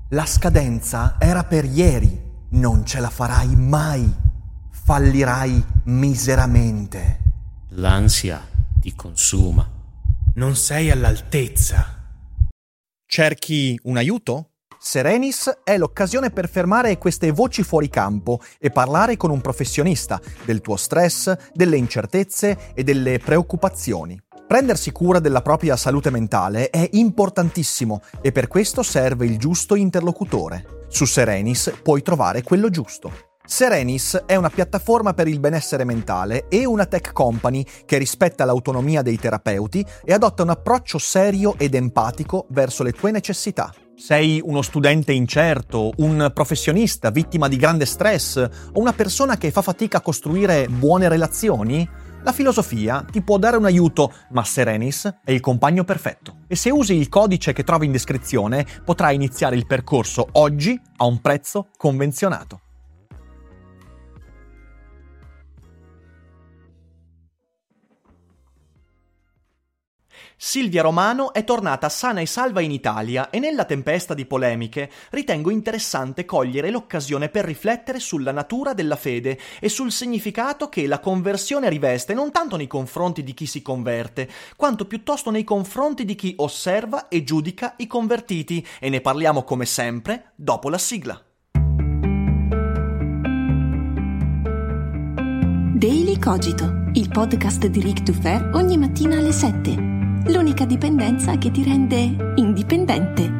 La scadenza era per ieri, non ce la farai mai, fallirai miseramente. L'ansia ti consuma. Non sei all'altezza. Cerchi un aiuto? Serenis è l'occasione per fermare queste voci fuori campo e parlare con un professionista del tuo stress, delle incertezze e delle preoccupazioni. Prendersi cura della propria salute mentale è importantissimo e per questo serve il giusto interlocutore. Su Serenis puoi trovare quello giusto. Serenis è una piattaforma per il benessere mentale e una tech company che rispetta l'autonomia dei terapeuti e adotta un approccio serio ed empatico verso le tue necessità. Sei uno studente incerto, un professionista vittima di grande stress o una persona che fa fatica a costruire buone relazioni? La filosofia ti può dare un aiuto, ma Serenis è il compagno perfetto. E se usi il codice che trovi in descrizione, potrai iniziare il percorso oggi a un prezzo convenzionato. Silvia Romano è tornata sana e salva in Italia e nella tempesta di polemiche ritengo interessante cogliere l'occasione per riflettere sulla natura della fede e sul significato che la conversione riveste non tanto nei confronti di chi si converte, quanto piuttosto nei confronti di chi osserva e giudica i convertiti, e ne parliamo come sempre dopo la sigla. Daily Cogito, il podcast di Ric Dufer ogni mattina alle 7. L'unica dipendenza che ti rende indipendente.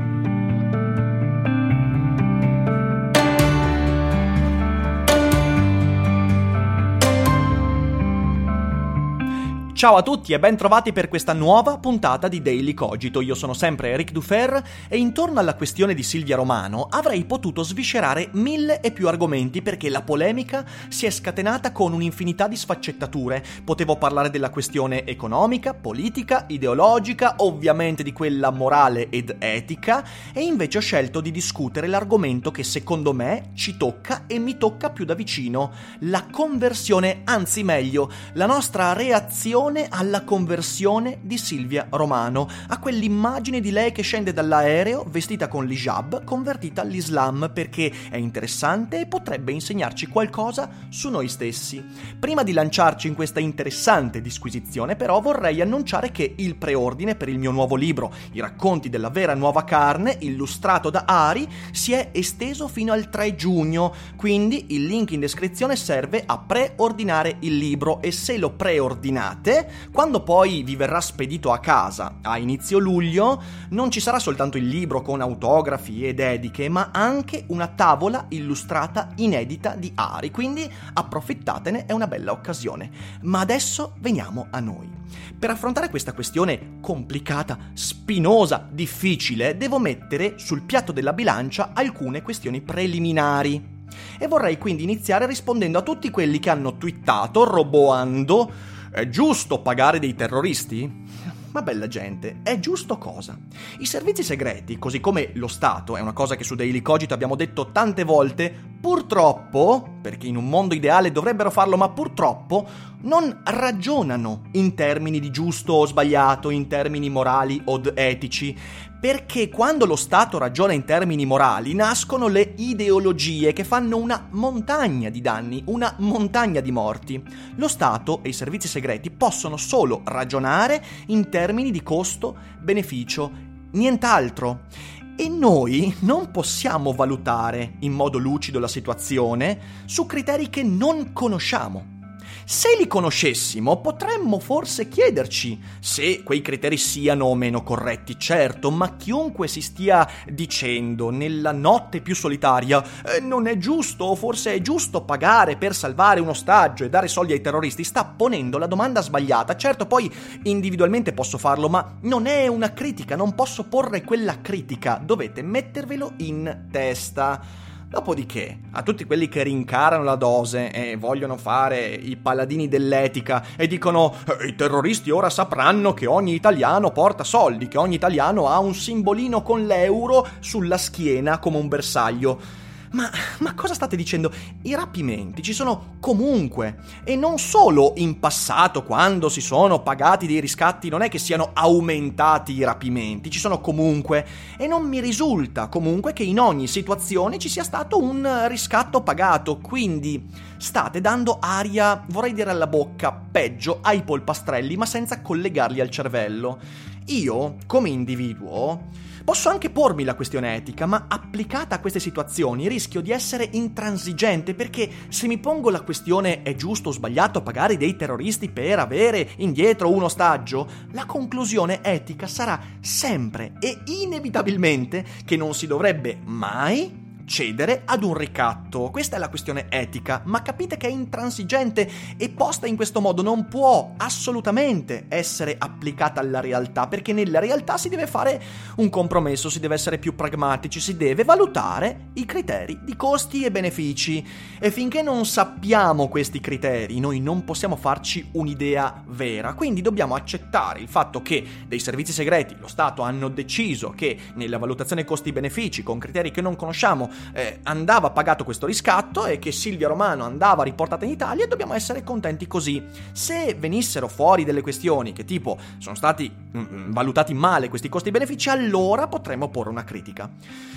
Ciao a tutti e ben trovati per questa nuova puntata di Daily Cogito. Io sono sempre Ric Dufer e intorno alla questione di Silvia Romano avrei potuto sviscerare 1000 e più argomenti perché la polemica si è scatenata con un'infinità di sfaccettature. Potevo parlare della questione economica, politica, ideologica, ovviamente di quella morale ed etica, e invece ho scelto di discutere l'argomento che secondo me ci tocca e mi tocca più da vicino: la conversione, anzi meglio, la nostra reazione alla conversione di Silvia Romano, a quell'immagine di lei che scende dall'aereo vestita con l'hijab, convertita all'Islam, perché è interessante e potrebbe insegnarci qualcosa su noi stessi. Prima di lanciarci in questa interessante disquisizione, però, vorrei annunciare che il preordine per il mio nuovo libro, I racconti della vera nuova carne, illustrato da Ari, si è esteso fino al 3 giugno, quindi il link in descrizione serve a preordinare il libro, e se lo preordinate, quando poi vi verrà spedito a casa a inizio luglio, non ci sarà soltanto il libro con autografi e dediche, ma anche una tavola illustrata inedita di Ari, quindi approfittatene, è una bella occasione. Ma adesso veniamo a noi. Per affrontare questa questione complicata, spinosa, difficile, devo mettere sul piatto della bilancia alcune questioni preliminari. E vorrei quindi iniziare rispondendo a tutti quelli che hanno twittato roboando: è giusto pagare dei terroristi? Ma bella gente, è giusto cosa? I servizi segreti, così come lo Stato, è una cosa che su Daily Cogito abbiamo detto tante volte, purtroppo, perché in un mondo ideale dovrebbero farlo, ma purtroppo non ragionano in termini di giusto o sbagliato, in termini morali o etici, perché quando lo Stato ragiona in termini morali nascono le ideologie che fanno una montagna di danni, una montagna di morti. Lo Stato e i servizi segreti possono solo ragionare in termini di costo-beneficio, nient'altro. E noi non possiamo valutare in modo lucido la situazione su criteri che non conosciamo. Se li conoscessimo, potremmo forse chiederci se quei criteri siano o meno corretti, certo, ma chiunque si stia dicendo nella notte più solitaria non è giusto o forse è giusto pagare per salvare un ostaggio e dare soldi ai terroristi, sta ponendo la domanda sbagliata. Certo, poi individualmente posso farlo, ma non è una critica, non posso porre quella critica, dovete mettervelo in testa. Dopodiché, a tutti quelli che rincarano la dose e vogliono fare i paladini dell'etica e dicono i terroristi ora sapranno che ogni italiano porta soldi, che ogni italiano ha un simbolino con l'euro sulla schiena come un bersaglio. Ma cosa state dicendo? I rapimenti ci sono comunque, e non solo in passato, quando si sono pagati dei riscatti, non è che siano aumentati i rapimenti, ci sono comunque, e non mi risulta comunque che in ogni situazione ci sia stato un riscatto pagato, quindi state dando aria, vorrei dire alla bocca, peggio, ai polpastrelli, ma senza collegarli al cervello. Io, come individuo, posso anche pormi la questione etica, ma applicata a queste situazioni rischio di essere intransigente, perché se mi pongo la questione è giusto o sbagliato pagare dei terroristi per avere indietro un ostaggio, la conclusione etica sarà sempre e inevitabilmente che non si dovrebbe mai cedere ad un ricatto. Questa è la questione etica, ma capite che è intransigente e posta in questo modo non può assolutamente essere applicata alla realtà, perché nella realtà si deve fare un compromesso, si deve essere più pragmatici, si deve valutare i criteri di costi e benefici, e finché non sappiamo questi criteri noi non possiamo farci un'idea vera. Quindi dobbiamo accettare il fatto che dei servizi segreti, lo Stato, hanno deciso che nella valutazione costi-benefici con criteri che non conosciamo andava pagato questo riscatto e che Silvia Romano andava riportata in Italia, e dobbiamo essere contenti così. Se venissero fuori delle questioni che tipo sono stati valutati male questi costi-benefici, allora potremmo porre una critica.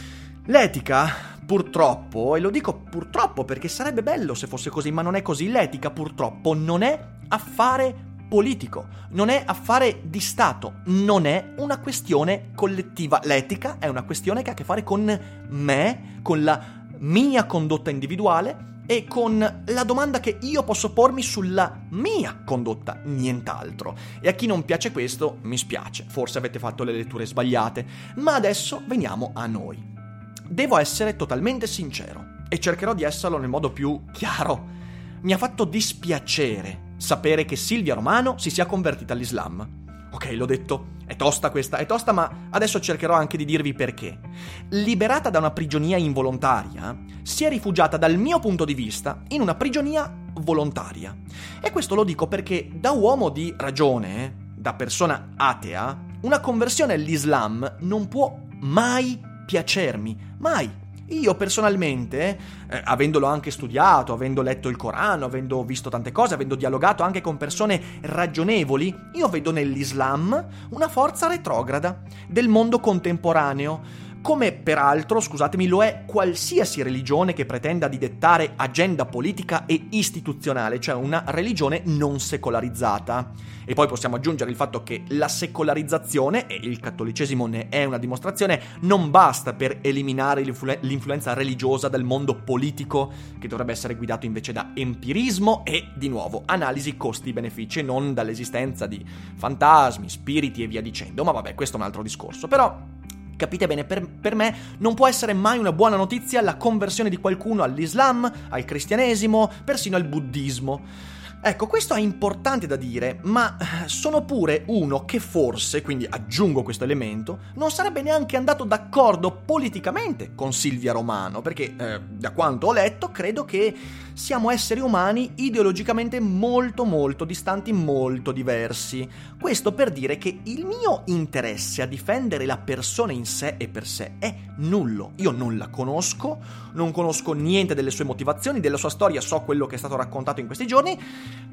L'etica, purtroppo, e lo dico purtroppo perché sarebbe bello se fosse così, ma non è così, l'etica purtroppo non è affare politico, non è affare di Stato, non è una questione collettiva. L'etica è una questione che ha a che fare con me, con la mia condotta individuale e con la domanda che io posso pormi sulla mia condotta, nient'altro. E a chi non piace questo, mi spiace, forse avete fatto le letture sbagliate, ma adesso veniamo a noi. Devo essere totalmente sincero e cercherò di esserlo nel modo più chiaro. Mi ha fatto dispiacere sapere che Silvia Romano si sia convertita all'Islam. Ok, l'ho detto, è tosta questa, è tosta, ma adesso cercherò anche di dirvi perché. Liberata da una prigionia involontaria, si è rifugiata dal mio punto di vista in una prigionia volontaria. E questo lo dico perché da uomo di ragione, da persona atea, una conversione all'Islam non può mai piacermi, mai. Io personalmente, avendolo anche studiato, avendo letto il Corano, avendo visto tante cose, avendo dialogato anche con persone ragionevoli, io vedo nell'Islam una forza retrograda del mondo contemporaneo, come peraltro, scusatemi, lo è qualsiasi religione che pretenda di dettare agenda politica e istituzionale, cioè una religione non secolarizzata. E poi possiamo aggiungere il fatto che la secolarizzazione, e il cattolicesimo ne è una dimostrazione, non basta per eliminare l'influenza religiosa dal mondo politico, che dovrebbe essere guidato invece da empirismo e, di nuovo, analisi costi-benefici, e non dall'esistenza di fantasmi, spiriti e via dicendo. Ma vabbè, questo è un altro discorso. Però capite bene, per me non può essere mai una buona notizia la conversione di qualcuno all'Islam, al cristianesimo, persino al buddismo. Ecco, questo è importante da dire, ma sono pure uno che forse, quindi aggiungo questo elemento, non sarebbe neanche andato d'accordo politicamente con Silvia Romano, perché da quanto ho letto credo che siamo esseri umani ideologicamente molto molto distanti, molto diversi. Questo per dire che il mio interesse a difendere la persona in sé e per sé è nullo. Io non la conosco, non conosco niente delle sue motivazioni, della sua storia, so quello che è stato raccontato in questi giorni,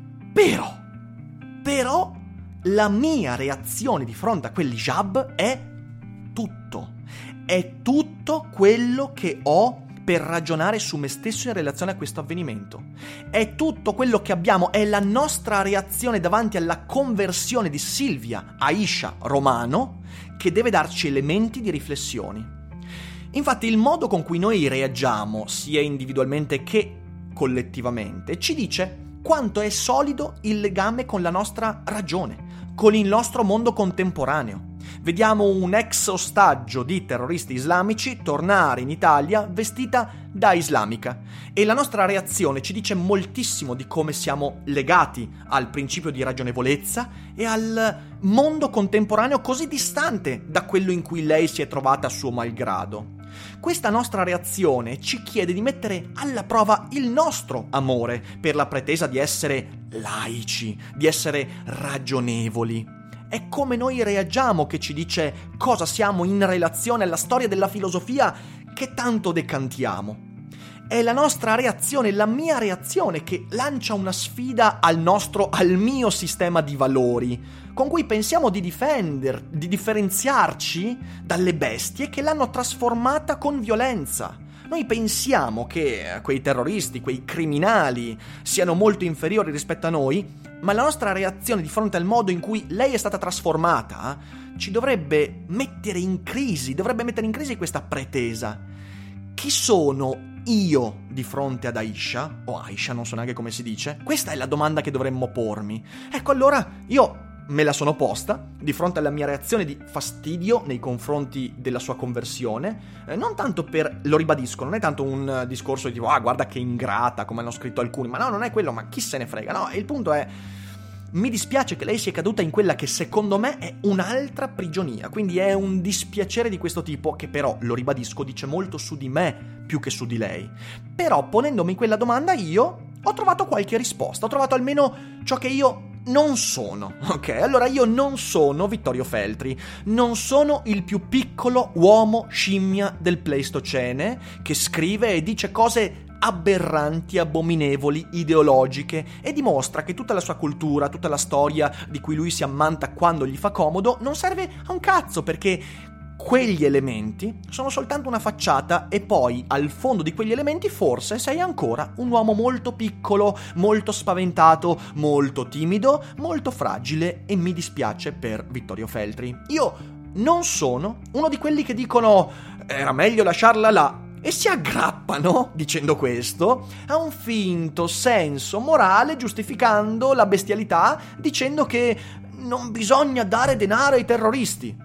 però la mia reazione di fronte a quell'hijab è tutto quello che ho per ragionare su me stesso in relazione a questo avvenimento. È tutto quello che abbiamo, è la nostra reazione davanti alla conversione di Silvia Aisha Romano che deve darci elementi di riflessione. Infatti il modo con cui noi reagiamo, sia individualmente che collettivamente, ci dice quanto è solido il legame con la nostra ragione, con il nostro mondo contemporaneo. Vediamo un ex ostaggio di terroristi islamici tornare in Italia vestita da islamica e la nostra reazione ci dice moltissimo di come siamo legati al principio di ragionevolezza e al mondo contemporaneo così distante da quello in cui lei si è trovata a suo malgrado. Questa nostra reazione ci chiede di mettere alla prova il nostro amore per la pretesa di essere laici, di essere ragionevoli. È come noi reagiamo che ci dice cosa siamo in relazione alla storia della filosofia che tanto decantiamo. è la nostra reazione, la mia reazione, che lancia una sfida al mio sistema di valori, con cui pensiamo di differenziarci dalle bestie che l'hanno trasformata con violenza. Noi pensiamo che quei terroristi, quei criminali siano molto inferiori rispetto a noi, ma la nostra reazione di fronte al modo in cui lei è stata trasformata ci dovrebbe mettere in crisi questa pretesa. Chi sono io di fronte ad Aisha, o Aisha, non so neanche come si dice? Questa è la domanda che dovremmo pormi. Ecco, allora io me la sono posta di fronte alla mia reazione di fastidio nei confronti della sua conversione, non tanto lo ribadisco, non è tanto un discorso di tipo, guarda che ingrata, come hanno scritto alcuni, ma no, non è quello, ma chi se ne frega, no, il punto è, mi dispiace che lei sia caduta in quella che secondo me è un'altra prigionia, quindi è un dispiacere di questo tipo che però, lo ribadisco, dice molto su di me più che su di lei. Però ponendomi quella domanda io ho trovato qualche risposta, ho trovato almeno ciò che io non sono, ok? Allora io non sono Vittorio Feltri, non sono il più piccolo uomo scimmia del Pleistocene che scrive e dice cose aberranti, abominevoli, ideologiche e dimostra che tutta la sua cultura, tutta la storia di cui lui si ammanta quando gli fa comodo non serve a un cazzo, perché quegli elementi sono soltanto una facciata e poi al fondo di quegli elementi forse sei ancora un uomo molto piccolo, molto spaventato, molto timido, molto fragile e mi dispiace per Vittorio Feltri. Io non sono uno di quelli che dicono era meglio lasciarla là e si aggrappano, dicendo questo, a un finto senso morale giustificando la bestialità dicendo che non bisogna dare denaro ai terroristi.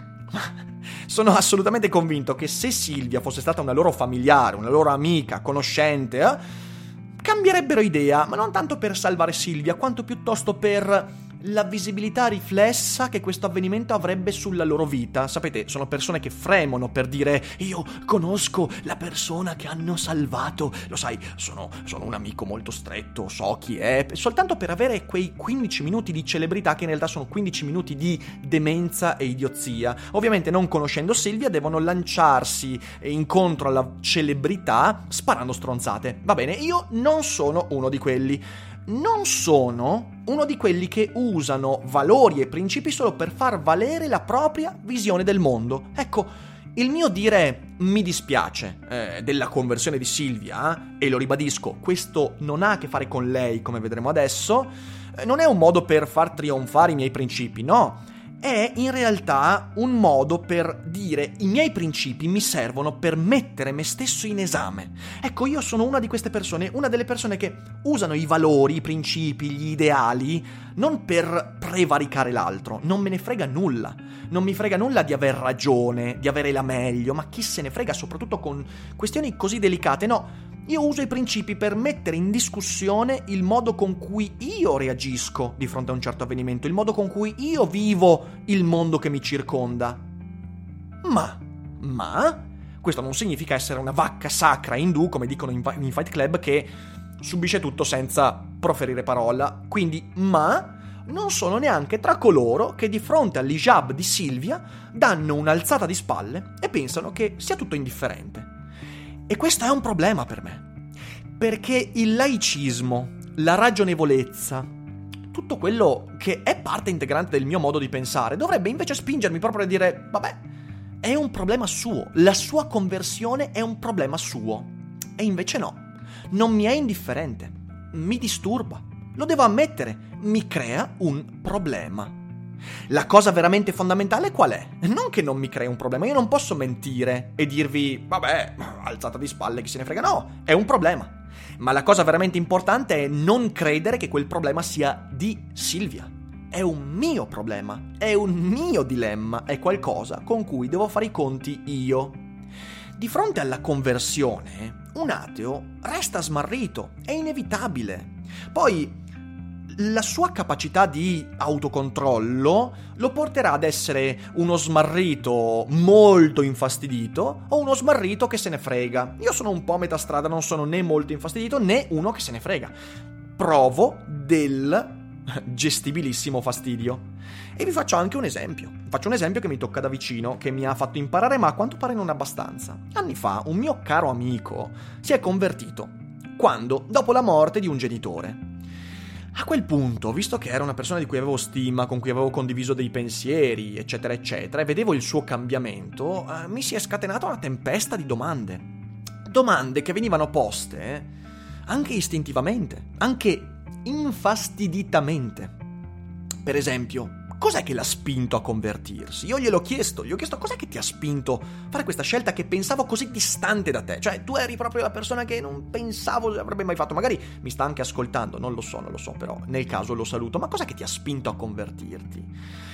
Sono assolutamente convinto che se Silvia fosse stata una loro familiare, una loro amica, conoscente, cambierebbero idea, ma non tanto per salvare Silvia, quanto piuttosto per la visibilità riflessa che questo avvenimento avrebbe sulla loro vita. Sapete, sono persone che fremono per dire io conosco la persona che hanno salvato, lo sai, sono un amico molto stretto, so chi è, soltanto per avere quei 15 minuti di celebrità che in realtà sono 15 minuti di demenza e idiozia. Ovviamente non conoscendo Silvia devono lanciarsi incontro alla celebrità sparando stronzate. Va bene, io non sono uno di quelli. Non sono uno di quelli che usano valori e principi solo per far valere la propria visione del mondo. Ecco, il mio dire mi dispiace della conversione di Silvia, e lo ribadisco, questo non ha a che fare con lei, come vedremo adesso, non è un modo per far trionfare i miei principi, no. È in realtà un modo per dire i miei principi mi servono per mettere me stesso in esame. Ecco, io sono una di queste persone, una delle persone che usano i valori, i principi, gli ideali non per prevaricare l'altro, non me ne frega nulla. Non mi frega nulla di aver ragione, di avere la meglio, ma chi se ne frega, soprattutto con questioni così delicate, no. Io uso i principi per mettere in discussione il modo con cui io reagisco di fronte a un certo avvenimento, il modo con cui io vivo il mondo che mi circonda. Ma questo non significa essere una vacca sacra indù, come dicono in Fight Club, che subisce tutto senza proferire parola. Quindi, non sono neanche tra coloro che di fronte all'hijab di Silvia danno un'alzata di spalle e pensano che sia tutto indifferente. E questo è un problema per me, perché il laicismo, la ragionevolezza, tutto quello che è parte integrante del mio modo di pensare, dovrebbe invece spingermi proprio a dire, vabbè, è un problema suo, la sua conversione è un problema suo. E invece no, non mi è indifferente, mi disturba, lo devo ammettere, mi crea un problema. La cosa veramente fondamentale qual è? Non che non mi crei un problema, io non posso mentire e dirvi, vabbè, alzata di spalle, chi se ne frega, no, è un problema. Ma la cosa veramente importante è non credere che quel problema sia di Silvia. È un mio problema, è un mio dilemma, è qualcosa con cui devo fare i conti io. Di fronte alla conversione, un ateo resta smarrito, è inevitabile. Poi la sua capacità di autocontrollo lo porterà ad essere uno smarrito molto infastidito o uno smarrito che se ne frega. Io sono un po' a metà strada, non sono né molto infastidito né uno che se ne frega. Provo del gestibilissimo fastidio. E vi faccio anche un esempio. Faccio un esempio che mi tocca da vicino, che mi ha fatto imparare, ma a quanto pare non abbastanza. Anni fa, un mio caro amico si è convertito quando, dopo la morte di un genitore. A quel punto, visto che era una persona di cui avevo stima, con cui avevo condiviso dei pensieri, eccetera, eccetera, e vedevo il suo cambiamento, mi si è scatenata una tempesta di domande. Domande che venivano poste anche istintivamente, anche infastiditamente. Per esempio, cos'è che l'ha spinto a convertirsi? Io gli ho chiesto cos'è che ti ha spinto a fare questa scelta che pensavo così distante da te? Cioè, tu eri proprio la persona che non pensavo avrebbe mai fatto. Magari mi sta anche ascoltando, non lo so, però nel caso lo saluto. Ma cos'è che ti ha spinto a convertirti?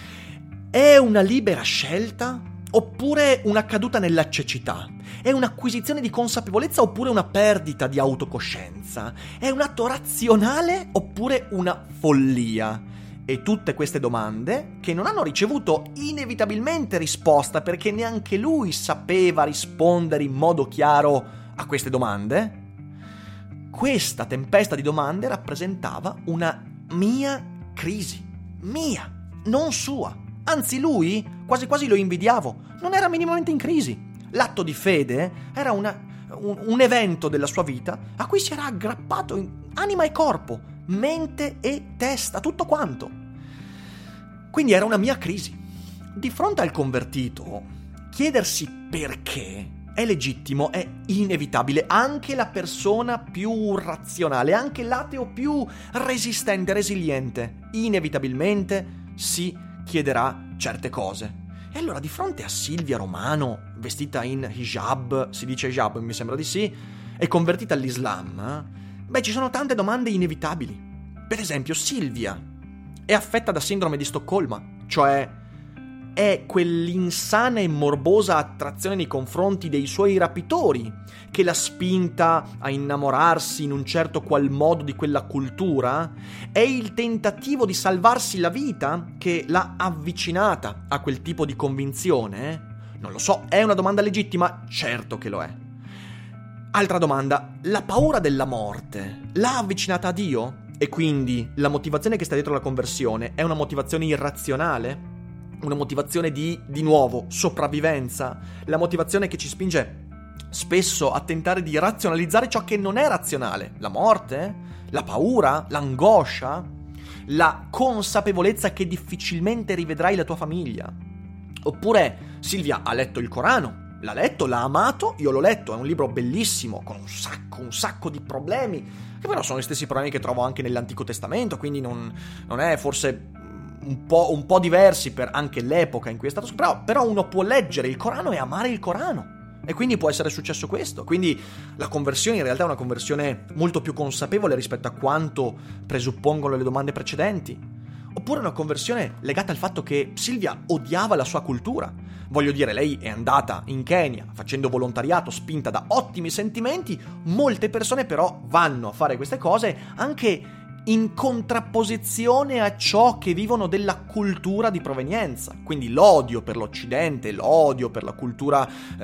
È una libera scelta? Oppure una caduta nella cecità? È un'acquisizione di consapevolezza oppure una perdita di autocoscienza? È un atto razionale oppure una follia? E tutte queste domande che non hanno ricevuto inevitabilmente risposta perché neanche lui sapeva rispondere in modo chiaro a queste domande. Questa tempesta di domande rappresentava una mia crisi. Mia, non sua. Anzi, lui quasi quasi lo invidiavo. Non era minimamente in crisi. L'atto di fede era un evento della sua vita a cui si era aggrappato in anima e corpo, mente e testa, tutto quanto. Quindi era una mia crisi. Di fronte al convertito, chiedersi perché è legittimo, è inevitabile. Anche la persona più razionale, anche l'ateo più resistente, resiliente, inevitabilmente si chiederà certe cose. E allora di fronte a Silvia Romano, vestita in hijab, si dice hijab, mi sembra di sì, e convertita all'Islam, ci sono tante domande inevitabili. Per esempio, Silvia è affetta da sindrome di Stoccolma, cioè è quell'insana e morbosa attrazione nei confronti dei suoi rapitori che l'ha spinta a innamorarsi in un certo qual modo di quella cultura? È il tentativo di salvarsi la vita che l'ha avvicinata a quel tipo di convinzione? Non lo so, è una domanda legittima? Certo che lo è. Altra domanda, la paura della morte l'ha avvicinata a Dio? E quindi la motivazione che sta dietro la conversione è una motivazione irrazionale? Una motivazione di nuovo, sopravvivenza? La motivazione che ci spinge spesso a tentare di razionalizzare ciò che non è razionale? La morte? La paura? L'angoscia? La consapevolezza che difficilmente rivedrai la tua famiglia? Oppure Silvia ha letto il Corano? L'ha letto, l'ha amato, io l'ho letto, è un libro bellissimo, con un sacco di problemi, che però sono gli stessi problemi che trovo anche nell'Antico Testamento, quindi non è forse un po' diversi per anche l'epoca in cui è stato scritto, però uno può leggere il Corano e amare il Corano, e quindi può essere successo questo. Quindi la conversione in realtà è una conversione molto più consapevole rispetto a quanto presuppongono le domande precedenti. Oppure una conversione legata al fatto che Silvia odiava la sua cultura. Voglio dire, lei è andata in Kenya facendo volontariato, spinta da ottimi sentimenti. Molte persone però vanno a fare queste cose anche in contrapposizione a ciò che vivono della cultura di provenienza. Quindi l'odio per l'Occidente, l'odio per la cultura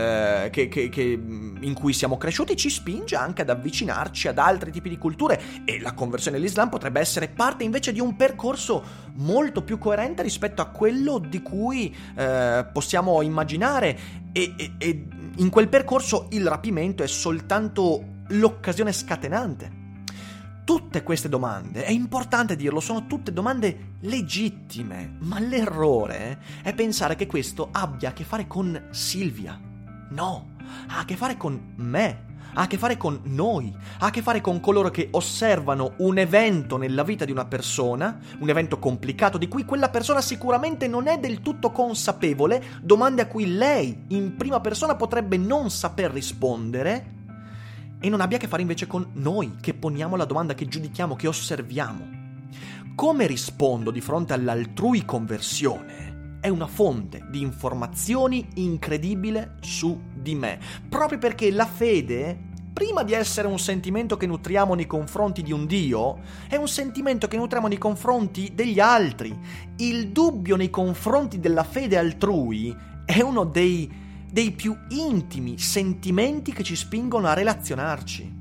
in cui siamo cresciuti ci spinge anche ad avvicinarci ad altri tipi di culture, e la conversione all'Islam potrebbe essere parte invece di un percorso molto più coerente rispetto a quello di cui possiamo immaginare, e in quel percorso il rapimento è soltanto l'occasione scatenante. Tutte queste domande, è importante dirlo, sono tutte domande legittime, ma l'errore è pensare che questo abbia a che fare con Silvia. No, ha a che fare con me, ha a che fare con noi, ha a che fare con coloro che osservano un evento nella vita di una persona, un evento complicato di cui quella persona sicuramente non è del tutto consapevole, domande a cui lei in prima persona potrebbe non saper rispondere, e non abbia a che fare invece con noi, che poniamo la domanda, che giudichiamo, che osserviamo. Come rispondo di fronte all'altrui conversione è una fonte di informazioni incredibile su di me, proprio perché la fede, prima di essere un sentimento che nutriamo nei confronti di un Dio, è un sentimento che nutriamo nei confronti degli altri. Il dubbio nei confronti della fede altrui è uno dei più intimi sentimenti che ci spingono a relazionarci.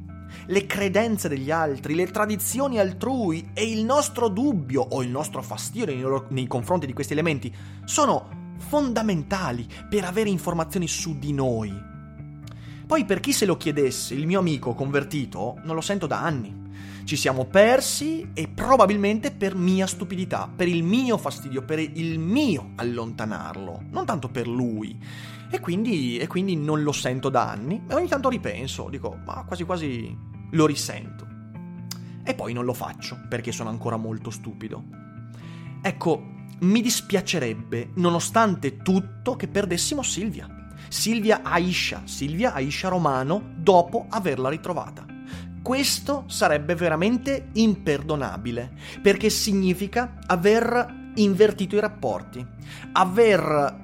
le credenze degli altri, le tradizioni altrui e il nostro dubbio o il nostro fastidio nei confronti di questi elementi sono fondamentali per avere informazioni su di noi. Poi, per chi se lo chiedesse, il mio amico convertito non lo sento da anni. Ci siamo persi e probabilmente per mia stupidità, per il mio fastidio, per il mio allontanarlo, non tanto per lui. E quindi non lo sento da anni e ogni tanto ripenso, dico, ma quasi quasi lo risento. E poi non lo faccio perché sono ancora molto stupido. Ecco, mi dispiacerebbe, nonostante tutto, che perdessimo Silvia Aisha Romano dopo averla ritrovata. Questo sarebbe veramente imperdonabile, perché significa aver invertito i rapporti, aver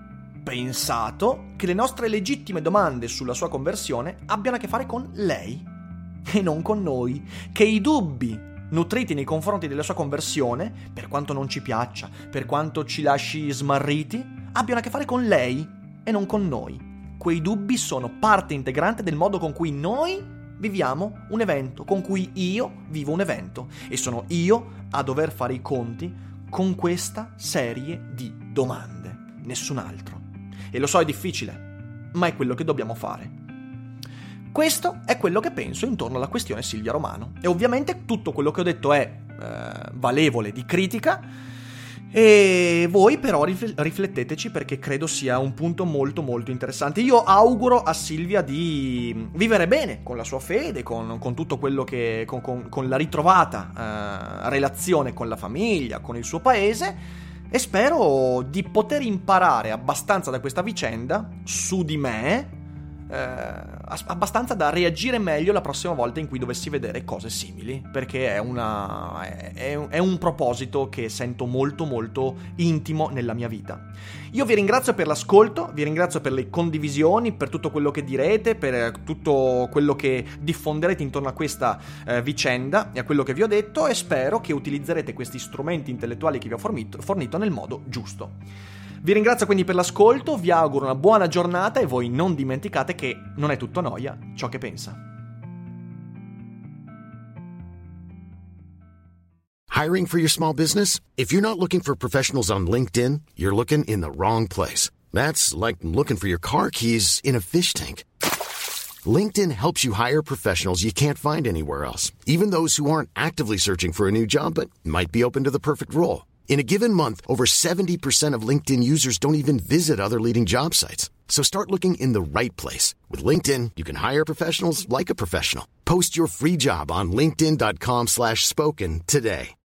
pensato che le nostre legittime domande sulla sua conversione abbiano a che fare con lei e non con noi, che i dubbi nutriti nei confronti della sua conversione, per quanto non ci piaccia, per quanto ci lasci smarriti, abbiano a che fare con lei e non con noi. Quei dubbi sono parte integrante del modo con cui noi viviamo un evento, con cui io vivo un evento, e sono io a dover fare i conti con questa serie di domande, nessun altro. E lo so, è difficile, ma è quello che dobbiamo fare. Questo è quello che penso intorno alla questione Silvia Romano, e ovviamente tutto quello che ho detto è valevole di critica, e voi però rifletteteci, perché credo sia un punto molto molto interessante. Io auguro a Silvia di vivere bene con la sua fede, con tutto quello che con la ritrovata relazione con la famiglia, con il suo paese, e spero di poter imparare abbastanza da questa vicenda su di me, abbastanza da reagire meglio la prossima volta in cui dovessi vedere cose simili, perché è un proposito che sento molto molto intimo nella mia vita. Io vi ringrazio per l'ascolto, vi ringrazio per le condivisioni, per tutto quello che direte, per tutto quello che diffonderete intorno a questa vicenda e a quello che vi ho detto, e spero che utilizzerete questi strumenti intellettuali che vi ho fornito nel modo giusto. Vi ringrazio quindi per l'ascolto, vi auguro una buona giornata e voi non dimenticate che non è tutto noia ciò che pensa. Hiring for your small business? If you're not looking for professionals on LinkedIn, you're looking in the wrong place. That's like looking for your car keys in a fish tank. LinkedIn helps you hire professionals you can't find anywhere else, even those who aren't actively searching for a new job but might be open to the perfect role. In a given month, over 70% of LinkedIn users don't even visit other leading job sites. So start looking in the right place. With LinkedIn, you can hire professionals like a professional. Post your free job on linkedin.com/spoken today.